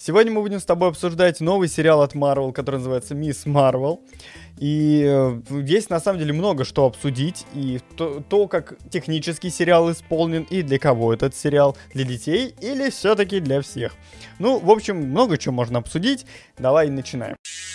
Сегодня мы будем с тобой обсуждать новый сериал от Marvel, который называется «Мисс Марвел». И есть на самом деле много что обсудить. И то, как технический сериал исполнен, и для кого этот сериал. Для детей или все-таки для всех. Ну, в общем, много чего можно обсудить. Давай начинаем.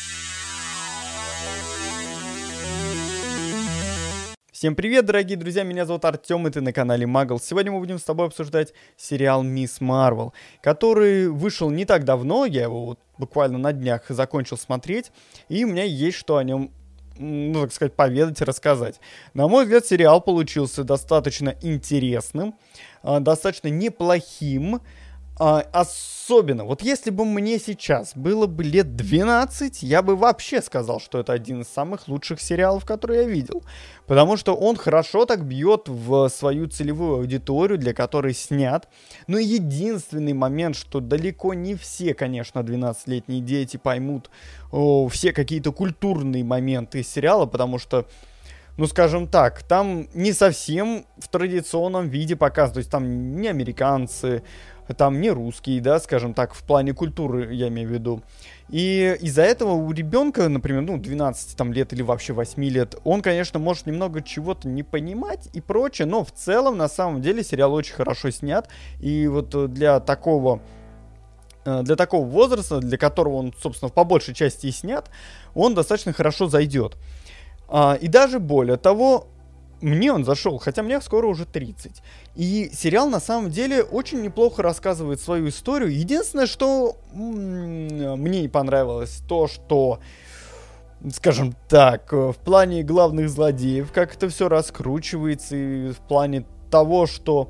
Всем привет, дорогие друзья, меня зовут Артем, и ты на канале Магл. Сегодня мы будем с тобой обсуждать сериал «Мисс Марвел», который вышел не так давно, я его вот буквально на днях закончил смотреть, и у меня есть что о нем, ну, так сказать, поведать и рассказать. На мой взгляд, сериал получился достаточно интересным, достаточно неплохим. Особенно, вот если бы мне сейчас было бы лет 12, я бы вообще сказал, что это один из самых лучших сериалов, которые я видел. Потому что он хорошо так бьет в свою целевую аудиторию, для которой снят. Но единственный момент, что далеко не все, конечно, 12-летние дети поймут все какие-то культурные моменты из сериала, потому что, ну, скажем так, там не совсем в традиционном виде показывают. То есть там не американцы, там не русские, да, скажем так, в плане культуры, я имею в виду. И из-за этого у ребенка, например, 12 там, лет или вообще 8 лет, он, конечно, может немного чего-то не понимать и прочее, но в целом, на самом деле, сериал очень хорошо снят. И вот для такого возраста, для которого он, собственно, по большей части и снят, он достаточно хорошо зайдет. И даже более того, мне он зашел, хотя мне скоро уже 30. И сериал на самом деле очень неплохо рассказывает свою историю. Единственное, что мне не понравилось, то, что, скажем так, в плане главных злодеев, как это все раскручивается, и в плане того, что,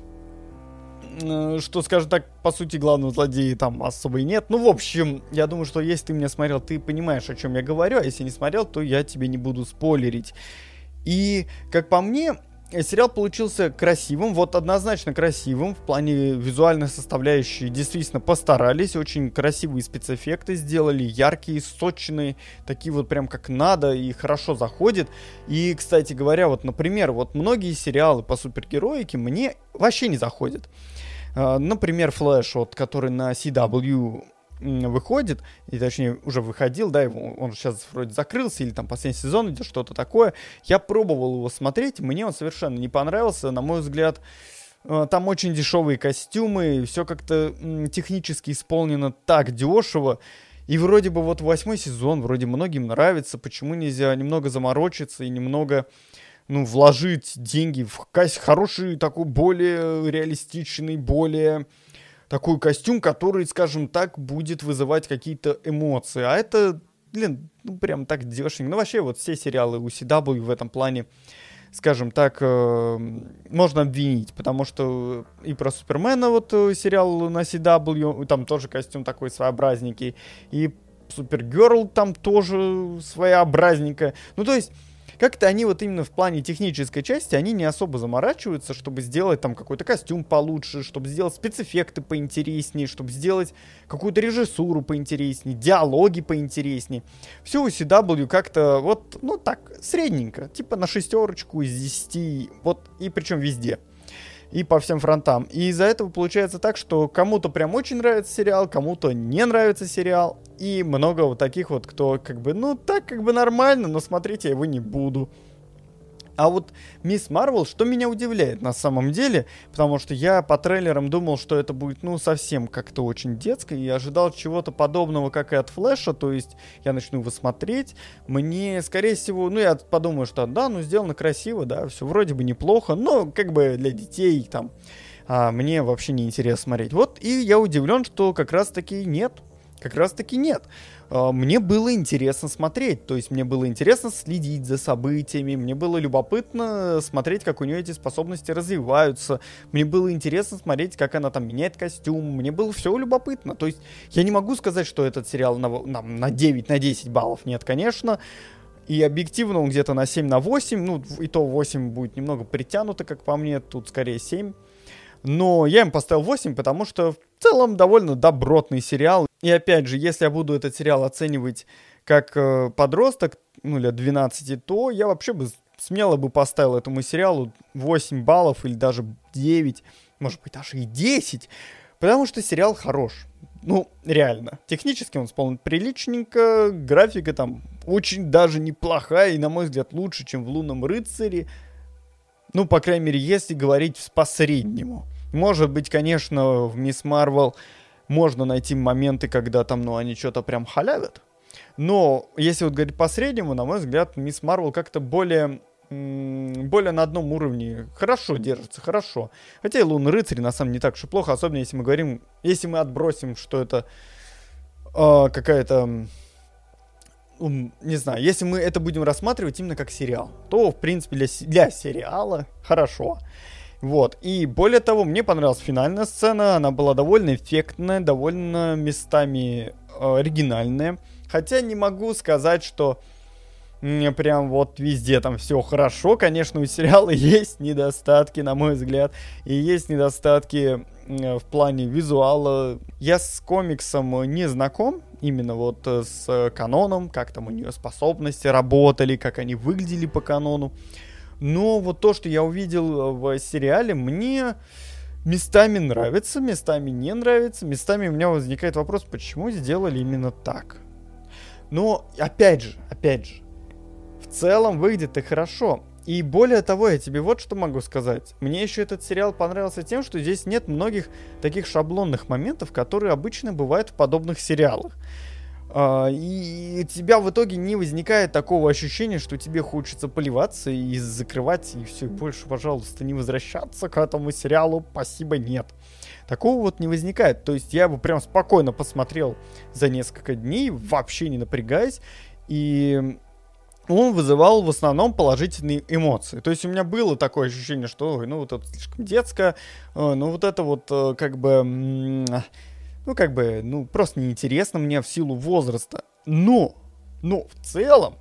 скажем так, по сути, главного злодея там особо и нет. Ну, в общем, я думаю, что если ты меня смотрел, ты понимаешь, о чем я говорю, а если не смотрел, то я тебе не буду спойлерить. И, как по мне, сериал получился красивым, вот однозначно красивым, в плане визуальной составляющей действительно постарались, очень красивые спецэффекты сделали, яркие, сочные, такие вот прям как надо и хорошо заходят. И, кстати говоря, вот, например, вот многие сериалы по супергероике мне вообще не заходят. Например, Флэш, вот, который на CW выходит, и точнее уже выходил, да, он сейчас вроде закрылся, или там последний сезон идет, что-то такое. Я пробовал его смотреть, мне он совершенно не понравился, на мой взгляд, там очень дешевые костюмы, все как-то технически исполнено так дешево, и вроде бы вот 8 сезон, вроде многим нравится, почему нельзя немного заморочиться и немного, вложить деньги в хороший, такой более реалистичный, более такой костюм, который, скажем так, будет вызывать какие-то эмоции. А это, прям так дешево. Ну, вообще, вот все сериалы у CW в этом плане, скажем так, можно обвинить. Потому что и про Супермена вот сериал на CW, там тоже костюм такой своеобразненький. И Супергерл там тоже своеобразненькая. Ну, то есть, как-то они вот именно в плане технической части, они не особо заморачиваются, чтобы сделать там какой-то костюм получше, чтобы сделать спецэффекты поинтереснее, чтобы сделать какую-то режиссуру поинтереснее, диалоги поинтереснее. Все у CW как-то вот, так, средненько, типа на 6 из 10, вот, и причем везде. И по всем фронтам. И из-за этого получается так, что кому-то прям очень нравится сериал, кому-то не нравится сериал. И много вот таких вот, кто так нормально, но смотреть я его не буду. А вот «Мисс Марвел», что меня удивляет на самом деле, потому что я по трейлерам думал, что это будет, совсем как-то очень детское, и ожидал чего-то подобного, как и от Флэша, то есть я начну его смотреть, мне, скорее всего, я подумаю, что да, сделано красиво, да, все вроде бы неплохо, но как бы для детей там, мне вообще не интересно смотреть. Вот, и я удивлен, что как раз-таки нет. Мне было интересно смотреть, то есть мне было интересно следить за событиями, мне было любопытно смотреть, как у нее эти способности развиваются, мне было интересно смотреть, как она там меняет костюм, мне было все любопытно, то есть я не могу сказать, что этот сериал на 9, на 10 баллов, нет, конечно, и объективно он где-то на 7, на 8, и то 8 будет немного притянуто, как по мне, тут скорее 7. Но я им поставил 8, потому что в целом довольно добротный сериал. И опять же, если я буду этот сериал оценивать как подросток, лет 12, то я вообще бы смело поставил этому сериалу 8 баллов или даже 9, может быть, даже и 10. Потому что сериал хорош. ну, реально. Технически он исполнен приличненько, графика там очень даже неплохая, и, на мой взгляд, лучше, чем в «Лунном рыцаре». Ну, по крайней мере, если говорить по-среднему. Может быть, конечно, в «Мисс Марвел» можно найти моменты, когда там, ну, они что-то прям халявят. Но, если вот говорить по-среднему, на мой взгляд, «Мисс Марвел» как-то более на одном уровне хорошо держится, хорошо. Хотя и «Лунный рыцарь» на самом деле не так уж и плохо, особенно если мы отбросим, что это какая-то, не знаю, если мы это будем рассматривать именно как сериал, то, в принципе, для сериала хорошо. Вот, и более того, мне понравилась финальная сцена, она была довольно эффектная, довольно местами оригинальная. Хотя не могу сказать, что прям вот везде там все хорошо. Конечно, у сериала есть недостатки, на мой взгляд. И есть недостатки в плане визуала. Я с комиксом не знаком. Именно вот с каноном. Как там у нее способности работали. Как они выглядели по канону. Но вот то, что я увидел в сериале, мне местами нравится, местами не нравится. Местами у меня возникает вопрос, почему сделали именно так. Но опять же, в целом выглядит и хорошо. И более того, я тебе вот что могу сказать. Мне еще этот сериал понравился тем, что здесь нет многих таких шаблонных моментов, которые обычно бывают в подобных сериалах. И у тебя в итоге не возникает такого ощущения, что тебе хочется поливаться и закрывать, и все, больше, пожалуйста, не возвращаться к этому сериалу, спасибо, нет. Такого вот не возникает. То есть я бы прям спокойно посмотрел за несколько дней, вообще не напрягаясь, и он вызывал в основном положительные эмоции. То есть у меня было такое ощущение, что, ну, вот это слишком детское, ну, вот это вот, просто неинтересно мне в силу возраста. Но, в целом,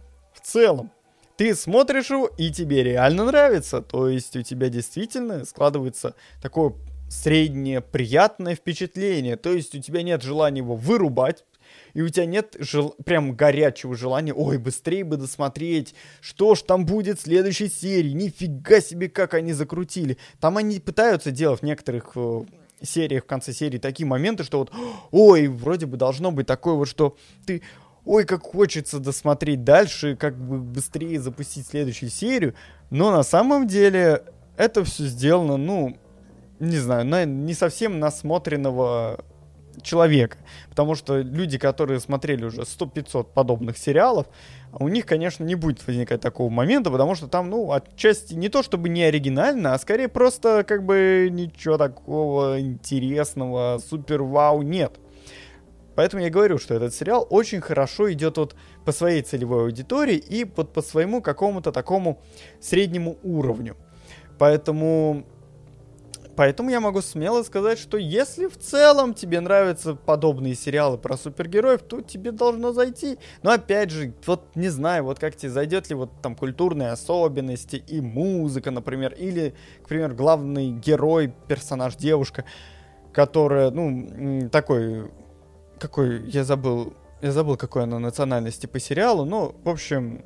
ты смотришь его, и тебе реально нравится. То есть у тебя действительно складывается такое среднее приятное впечатление. То есть у тебя нет желания его вырубать, и у тебя нет прям горячего желания, ой, быстрее бы досмотреть, что ж там будет в следующей серии, нифига себе, как они закрутили. Там они пытаются делать в некоторых сериях, в конце серии, такие моменты, что вот, ой, вроде бы должно быть такое вот, что ты, ой, как хочется досмотреть дальше, как бы быстрее запустить следующую серию, но на самом деле это все сделано, ну, не знаю, не совсем насмотренного человека. Потому что люди, которые смотрели уже 100-500 подобных сериалов, у них, конечно, не будет возникать такого момента, потому что там, ну, отчасти не то чтобы не оригинально, а скорее просто как бы ничего такого интересного, супер-вау нет. Поэтому я говорю, что этот сериал очень хорошо идет вот по своей целевой аудитории и по своему какому-то такому среднему уровню. Поэтому я могу смело сказать, что если в целом тебе нравятся подобные сериалы про супергероев, то тебе должно зайти. Но опять же, вот не знаю, вот как тебе зайдет ли вот там культурные особенности и музыка, например, или, к примеру, главный герой, персонаж девушка, которая, ну, какой, я забыл, какой она национальности по сериалу, но, в общем,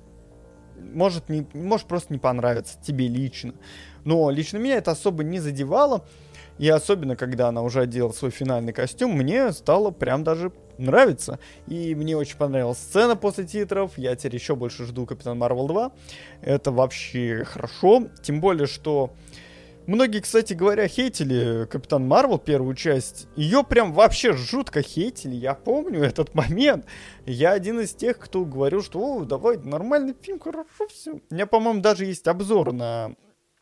может просто не понравиться тебе лично. Но лично меня это особо не задевало. И особенно, когда она уже одела свой финальный костюм, мне стало прям даже нравиться. И мне очень понравилась сцена после титров. Я теперь еще больше жду Капитан Марвел 2. Это вообще хорошо. Тем более, что многие, кстати говоря, хейтили Капитан Марвел первую часть. Ее прям вообще жутко хейтили. Я помню этот момент. Я один из тех, кто говорил, что о, давай, нормальный фильм, хорошо все. У меня, по-моему, даже есть обзор на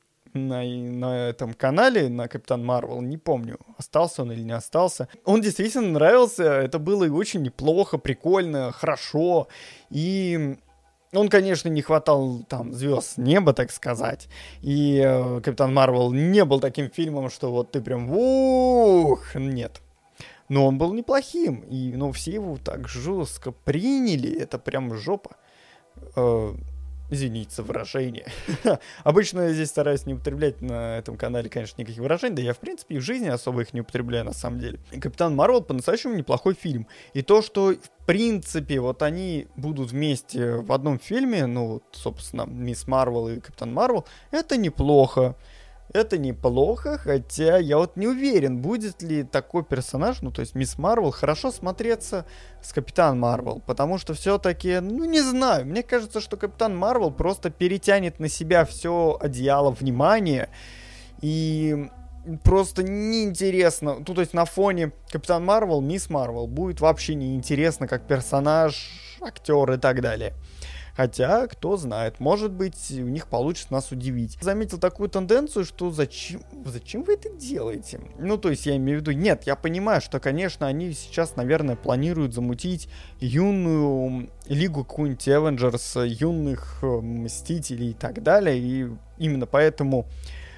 этом канале, на Капитан Марвел, не помню, остался он или не остался. Он действительно нравился, это было и очень неплохо, прикольно, хорошо, и он, конечно, не хватал там звезд с неба, так сказать, и Капитан Марвел не был таким фильмом, что вот ты прям нет. Но он был неплохим, и все его так жестко приняли, это прям жопа. Извините за выражение. Обычно я здесь стараюсь не употреблять на этом канале, конечно, никаких выражений, да я, в принципе, и в жизни особо их не употребляю, на самом деле. И Капитан Марвел по-настоящему неплохой фильм. И то, что, в принципе, вот они будут вместе в одном фильме, ну, вот, собственно, Мисс Марвел и Капитан Марвел, это неплохо. Это неплохо, хотя я вот не уверен, будет ли такой персонаж, ну, то есть Мисс Марвел, хорошо смотреться с Капитан Марвел, потому что все-таки, ну, не знаю, мне кажется, что Капитан Марвел просто перетянет на себя все одеяло внимания, и просто неинтересно, ну, то есть на фоне Капитан Марвел, Мисс Марвел будет вообще неинтересно как персонаж, актер и так далее. Хотя, кто знает, может быть, у них получится нас удивить. Заметил такую тенденцию, что зачем вы это делаете? Ну, то есть, я имею в виду, нет, я понимаю, что, конечно, они сейчас, наверное, планируют замутить юную лигу какую-нибудь Avengers, юных Мстителей и так далее, и именно поэтому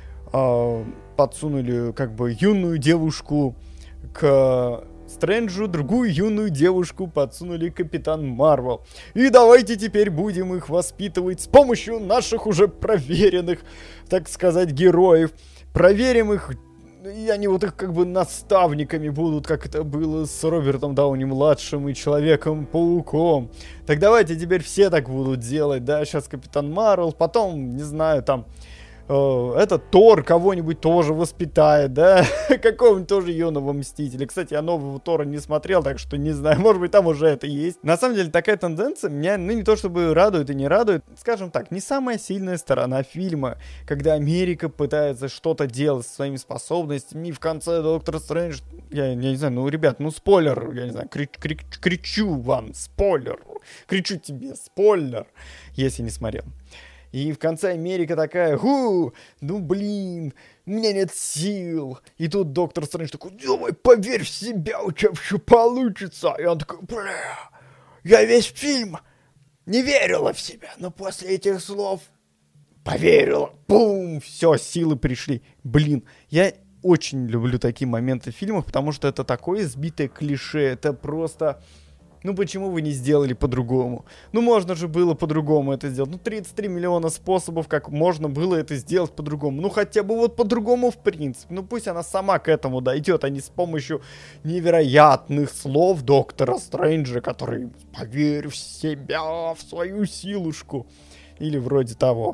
подсунули, как бы, юную девушку к Стрэнджу, другую юную девушку подсунули Капитан Марвел. И давайте теперь будем их воспитывать с помощью наших уже проверенных, так сказать, героев. Проверим их, и они вот их как бы наставниками будут, как это было с Робертом Дауни-младшим и Человеком-пауком. Так давайте теперь все так будут делать, да, сейчас Капитан Марвел, потом, не знаю, там... этот Тор кого-нибудь тоже воспитает, да, какого-нибудь тоже юного Мстителя. Кстати, я нового Тора не смотрел, так что не знаю, может быть, там уже это есть. На самом деле, такая тенденция меня, ну, не то чтобы радует и не радует, скажем так, не самая сильная сторона фильма, когда Америка пытается что-то делать со своими способностями, и в конце Доктор Стрэндж, я не знаю, ну, ребят, ну, спойлер, я не знаю, кричу вам, спойлер, кричу тебе, спойлер, если не смотрел. И в конце Америка такая, ну блин, у меня нет сил. И тут Доктор Стрэндж такой, давай, поверь в себя, у тебя все получится. И он такой, бля, я весь фильм не верила в себя, но после этих слов поверила. Бум, все, силы пришли. Блин, я очень люблю такие моменты в фильмах, потому что это такое избитое клише, это просто... Ну почему вы не сделали по-другому? Ну можно же было по-другому это сделать. Ну 33 миллиона способов, как можно было это сделать по-другому. Ну хотя бы вот по-другому в принципе. Ну пусть она сама к этому дойдет, а не с помощью невероятных слов Доктора Стрэнджа, который поверь в себя, в свою силушку. Или вроде того.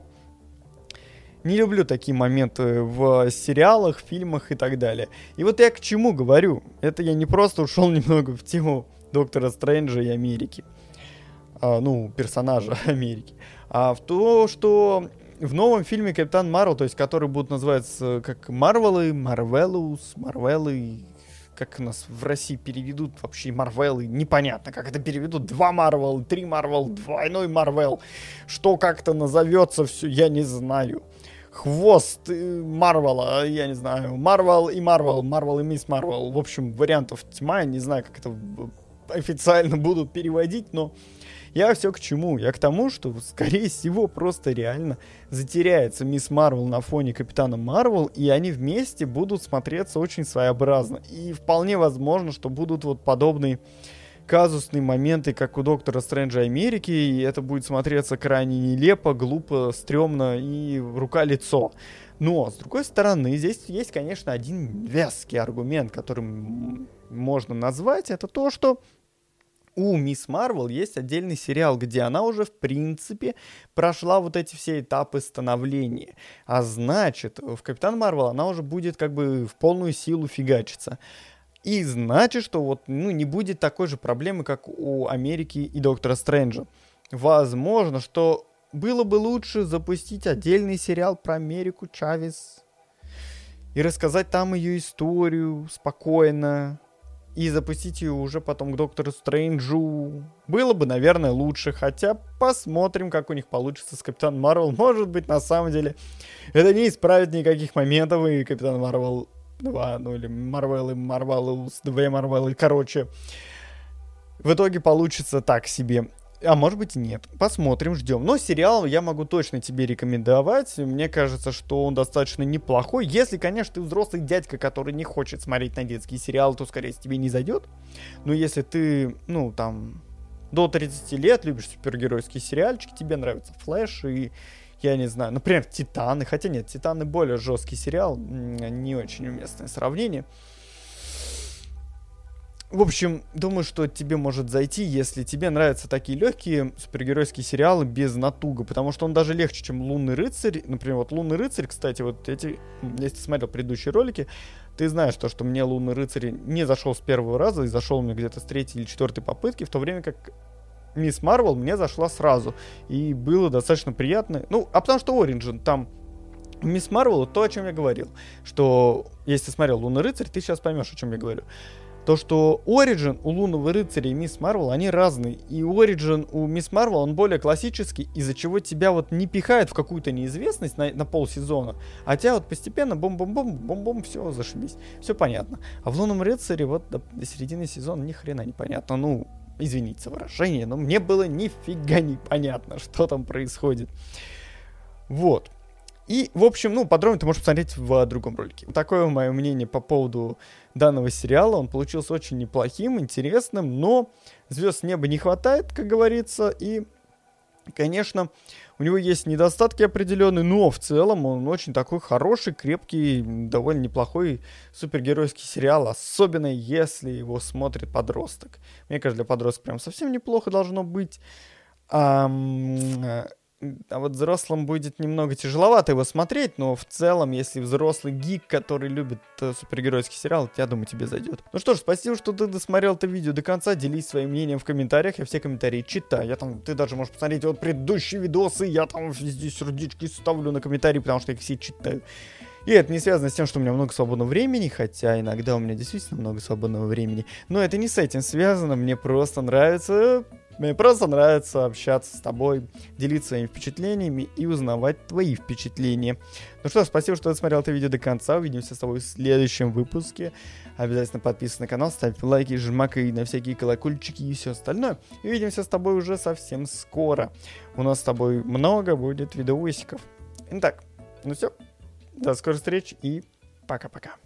Не люблю такие моменты в сериалах, фильмах и так далее. И вот я к чему говорю. Это я не просто ушел немного в тему Доктора Стрэнджа и Америки. Ну, персонажа Америки. А в то, что в новом фильме Капитан Марвел, то есть который будут называться как Марвелы, Марвелус, Марвелы, как нас в России переведут вообще Марвелы, непонятно, как это переведут, 2 Марвел, 3 Марвел, двойной Марвел, что как-то назовется все, я не знаю. Хвост Марвела, я не знаю, Марвел и Мисс Марвел, в общем, вариантов тьма, я не знаю, как это официально будут переводить, но я все к чему? Я к тому, что, скорее всего, просто реально затеряется Мисс Марвел на фоне Капитана Марвел, и они вместе будут смотреться очень своеобразно. И вполне возможно, что будут вот подобные казусные моменты, как у Доктора Стрэнджа Америки, и это будет смотреться крайне нелепо, глупо, стрёмно и рука-лицо. Но, с другой стороны, здесь есть, конечно, один веский аргумент, которым можно назвать, это то, что у Мисс Марвел есть отдельный сериал, где она уже, в принципе, прошла вот эти все этапы становления. А значит, в Капитан Марвел она уже будет как бы в полную силу фигачиться. И значит, что вот, ну, не будет такой же проблемы, как у Америки и Доктора Стрэнджа. Возможно, что было бы лучше запустить отдельный сериал про Америку Чавес и рассказать там ее историю спокойно, и запустить ее уже потом к Доктору Стрэнджу. Было бы, наверное, лучше, хотя посмотрим, как у них получится с Капитан Марвел. Может быть, на самом деле, это не исправит никаких моментов, и Капитан Марвел 2, ну или Марвелус, 2 Марвелы, короче, в итоге получится так себе. А может быть и нет. Посмотрим, ждем. Но сериал я могу точно тебе рекомендовать. Мне кажется, что он достаточно неплохой. Если, конечно, ты взрослый дядька, который не хочет смотреть на детские сериалы, то, скорее всего, тебе не зайдет. Но если ты, ну, там, до 30 лет любишь супергеройские сериальчики, тебе нравится Флэш и, я не знаю, например, Титаны. Хотя нет, Титаны более жесткий сериал. Не очень уместное сравнение. В общем, думаю, что тебе может зайти, если тебе нравятся такие легкие супергеройские сериалы без натуга, потому что он даже легче, чем «Лунный рыцарь». Например, вот «Лунный рыцарь», кстати, вот если ты смотрел предыдущие ролики, ты знаешь то, что мне «Лунный рыцарь» не зашел с первого раза и зашел мне где-то с третьей или четвертой попытки, в то время как «Мисс Марвел» мне зашла сразу. И было достаточно приятно. Ну, а потому что «Ориджин» там... «Мисс Марвел» — то, о чем я говорил. Что, если ты смотрел «Лунный рыцарь», ты сейчас поймешь, о чем я говорю. То, что Origin у Лунного рыцаря и Мисс Марвел, они разные. И Origin у Мисс Марвел, он более классический, из-за чего тебя вот не пихают в какую-то неизвестность на полсезона, а тебя вот постепенно бум-бум-бум, все, зашибись. Все понятно. А в Лунном рыцаре вот до середины сезона ни хрена не понятно. Ну, извините за выражение, но мне было нифига не понятно, что там происходит. Вот. И, в общем, ну, подробно ты можешь посмотреть в другом ролике. Такое мое мнение по поводу данного сериала. Он получился очень неплохим, интересным, но звезд с неба не хватает, как говорится. И, конечно, у него есть недостатки определенные, но в целом он очень такой хороший, крепкий, довольно неплохой супергеройский сериал, особенно если его смотрит подросток. Мне кажется, для подростка прям совсем неплохо должно быть. А вот взрослым будет немного тяжеловато его смотреть, но в целом, если взрослый гик, который любит супергеройский сериал, я думаю, тебе зайдет. Ну что ж, спасибо, что ты досмотрел это видео до конца, делись своим мнением в комментариях, я все комментарии читаю, ты даже можешь посмотреть вот предыдущие видосы, я там везде сердечки ставлю на комментарии, потому что я их все читаю. И это не связано с тем, что у меня много свободного времени, хотя иногда у меня действительно много свободного времени, но это не с этим связано, мне просто нравится общаться с тобой, делиться своими впечатлениями и узнавать твои впечатления. Ну что, спасибо, что ты смотрел это видео до конца. Увидимся с тобой в следующем выпуске. Обязательно подписывайся на канал, ставь лайки, жмакай на всякие колокольчики и все остальное. И увидимся с тобой уже совсем скоро. У нас с тобой много будет видосиков. Итак, ну все. До скорых встреч и пока-пока.